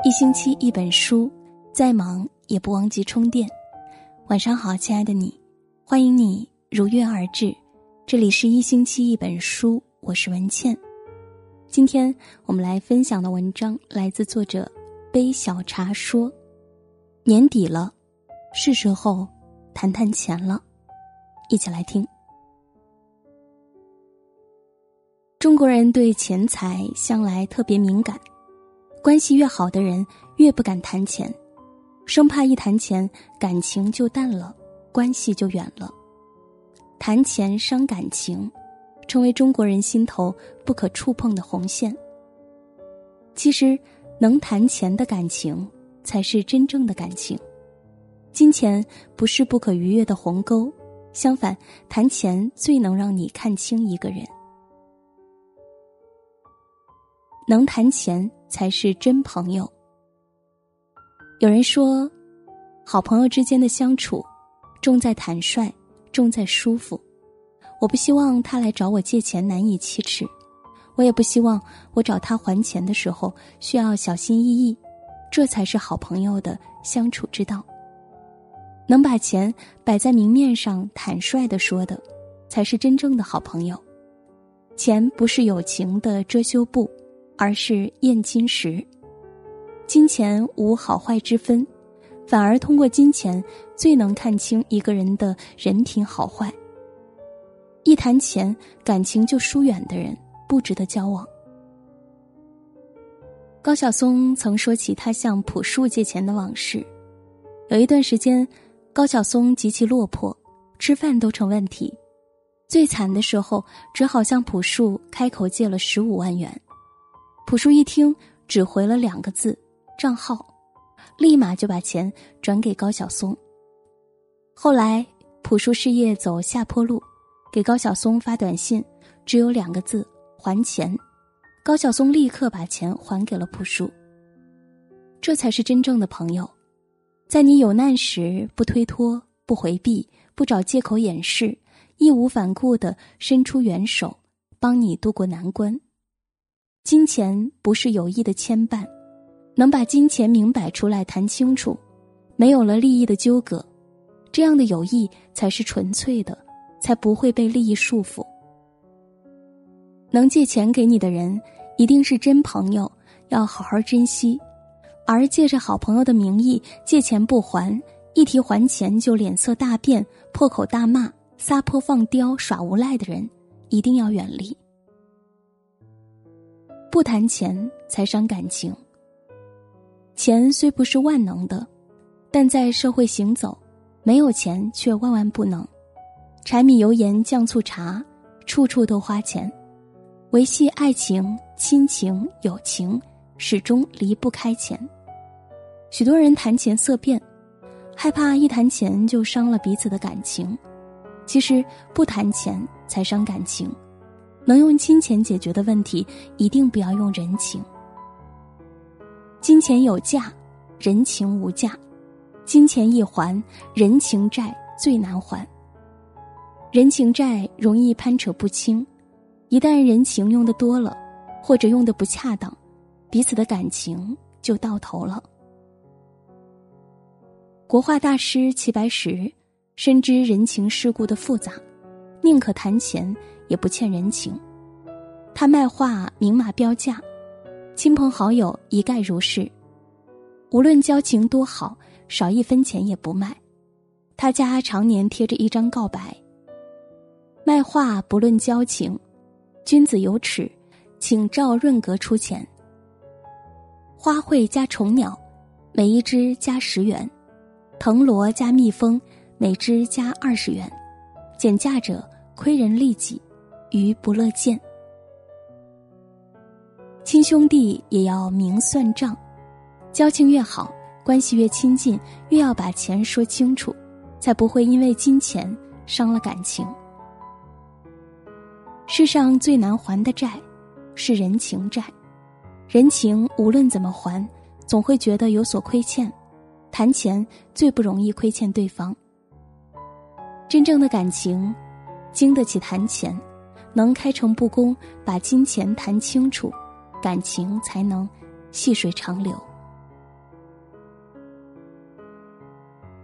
一星期一本书，再忙也不忘记充电。晚上好，亲爱的你，欢迎你如约而至，这里是一星期一本书，我是文倩。今天我们来分享的文章来自作者杯小茶说，年底了，是时候谈谈钱了，一起来听。中国人对钱财向来特别敏感，关系越好的人越不敢谈钱，生怕一谈钱感情就淡了，关系就远了。谈钱伤感情，成为中国人心头不可触碰的红线。其实能谈钱的感情才是真正的感情。金钱不是不可逾越的鸿沟，相反，谈钱最能让你看清一个人。能谈钱才是真朋友。有人说，好朋友之间的相处重在坦率，重在舒服。我不希望他来找我借钱难以启齿，我也不希望我找他还钱的时候需要小心翼翼，这才是好朋友的相处之道。能把钱摆在明面上坦率地说的，才是真正的好朋友。钱不是友情的遮羞布，而是验金石。金钱无好坏之分，反而通过金钱最能看清一个人的人品好坏。一谈钱，感情就疏远的人不值得交往。高晓松曾说起他向朴树借钱的往事。有一段时间，高晓松极其落魄，吃饭都成问题。最惨的时候，只好向朴树开口借了15万元。朴树一听，只回了2个字：账号，立马就把钱转给高晓松。后来朴树事业走下坡路，给高晓松发短信，只有2个字：还钱。高晓松立刻把钱还给了朴树。这才是真正的朋友，在你有难时不推脱，不回避，不找借口掩饰，义无反顾地伸出援手，帮你度过难关。金钱不是有意的牵绊，能把金钱明摆出来谈清楚，没有了利益的纠葛，这样的友谊才是纯粹的，才不会被利益束缚。能借钱给你的人一定是真朋友，要好好珍惜。而借着好朋友的名义借钱不还，一提还钱就脸色大变，破口大骂，撒泼放刁，耍无赖的人一定要远离。不谈钱才伤感情。钱虽不是万能的，但在社会行走，没有钱却万万不能。柴米油盐酱醋茶，处处都花钱。维系爱情、亲情、友情，始终离不开钱。许多人谈钱色变，害怕一谈钱就伤了彼此的感情。其实不谈钱才伤感情。能用金钱解决的问题，一定不要用人情。金钱有价，人情无价。金钱一还，人情债最难还。人情债容易攀扯不清，一旦人情用得多了，或者用得不恰当，彼此的感情就到头了。国画大师齐白石深知人情世故的复杂，宁可谈钱也不欠人情。他卖画明码标价，亲朋好友一概如是。无论交情多好，少1分钱也不卖。他家常年贴着一张告白：卖画不论交情，君子有耻，请照润格出钱。花卉加虫鸟，每一只加10元；藤萝加蜜蜂，每只加20元。减价者亏人利己，余不乐见。亲兄弟也要明算账，交情越好，关系越亲近，越要把钱说清楚，才不会因为金钱伤了感情。世上最难还的债是人情债，人情无论怎么还，总会觉得有所亏欠，谈钱最不容易亏欠对方。真正的感情经得起谈钱，能开诚布公，把金钱谈清楚，感情才能细水长流。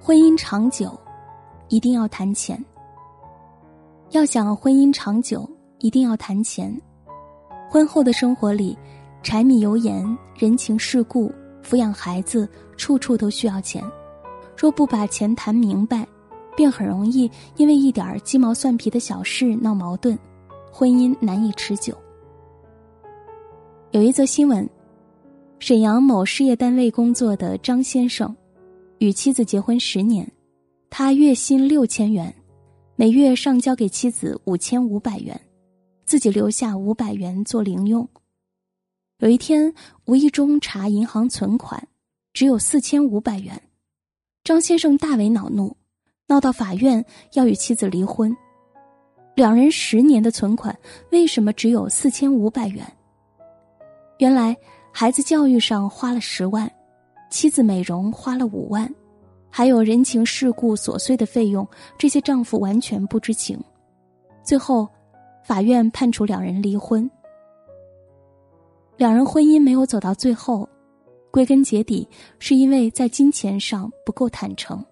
婚姻长久，一定要谈钱。要想婚姻长久，一定要谈钱。婚后的生活里，柴米油盐、人情世故、抚养孩子，处处都需要钱。若不把钱谈明白，便很容易因为一点鸡毛蒜皮的小事闹矛盾，婚姻难以持久。有一则新闻，沈阳某事业单位工作的张先生与妻子结婚10年，他月薪6000元，每月上交给妻子5500元，自己留下500元做零用。有一天无意中查银行存款，只有4500元，张先生大为恼怒，闹到法院要与妻子离婚。两人10年的存款为什么只有4500元？原来孩子教育上花了10万，妻子美容花了5万，还有人情世故琐碎的费用，这些丈夫完全不知情。最后法院判处两人离婚。两人婚姻没有走到最后，归根结底是因为在金钱上不够坦诚。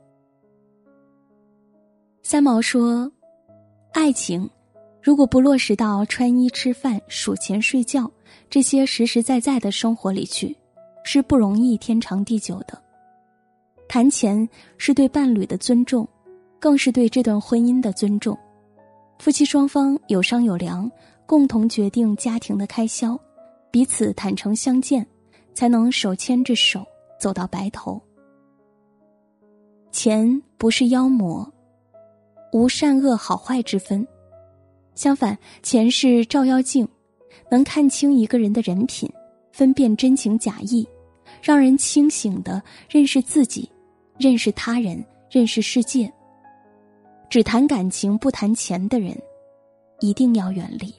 三毛说，爱情如果不落实到穿衣吃饭数钱睡觉这些实实在在的生活里去，是不容易天长地久的。谈钱是对伴侣的尊重，更是对这段婚姻的尊重。夫妻双方有商有量，共同决定家庭的开销，彼此坦诚相见，才能手牵着手走到白头。钱不是妖魔，无善恶好坏之分，相反，钱是照妖镜，能看清一个人的人品，分辨真情假意，让人清醒地认识自己，认识他人，认识世界。只谈感情不谈钱的人，一定要远离。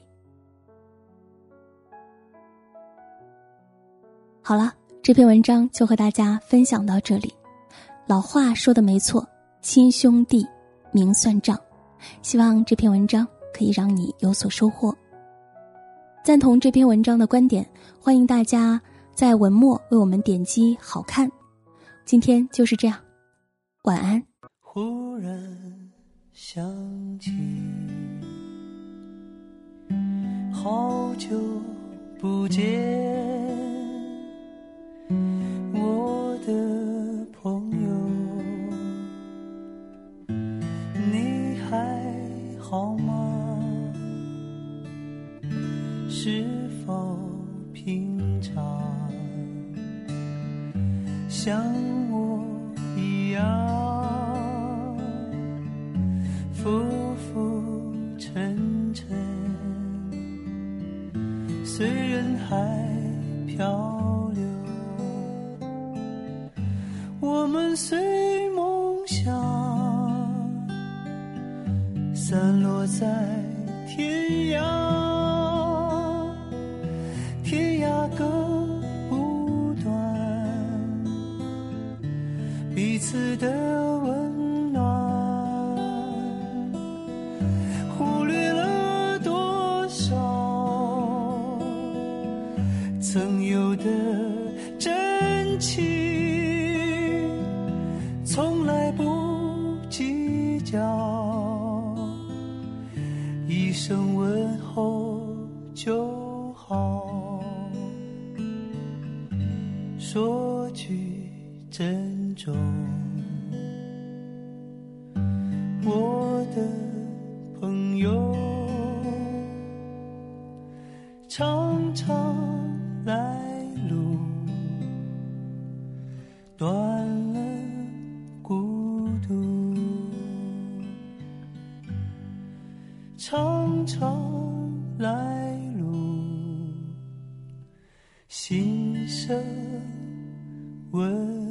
好了，这篇文章就和大家分享到这里。老话说得没错，亲兄弟明算账。希望这篇文章可以让你有所收获。赞同这篇文章的观点，欢迎大家在文末为我们点击好看。今天就是这样，晚安。 忽然想起，好久不见我的朋友，你还好吗？是否平常像我一样浮浮沉沉，随人海漂流，我们随梦想散落在天涯，天涯隔不断彼此的温暖，忽略了多少曾有的真情，从来不计较，一声问候就好，说句珍重，我的朋友，常常来路断了孤独，常常来路心生温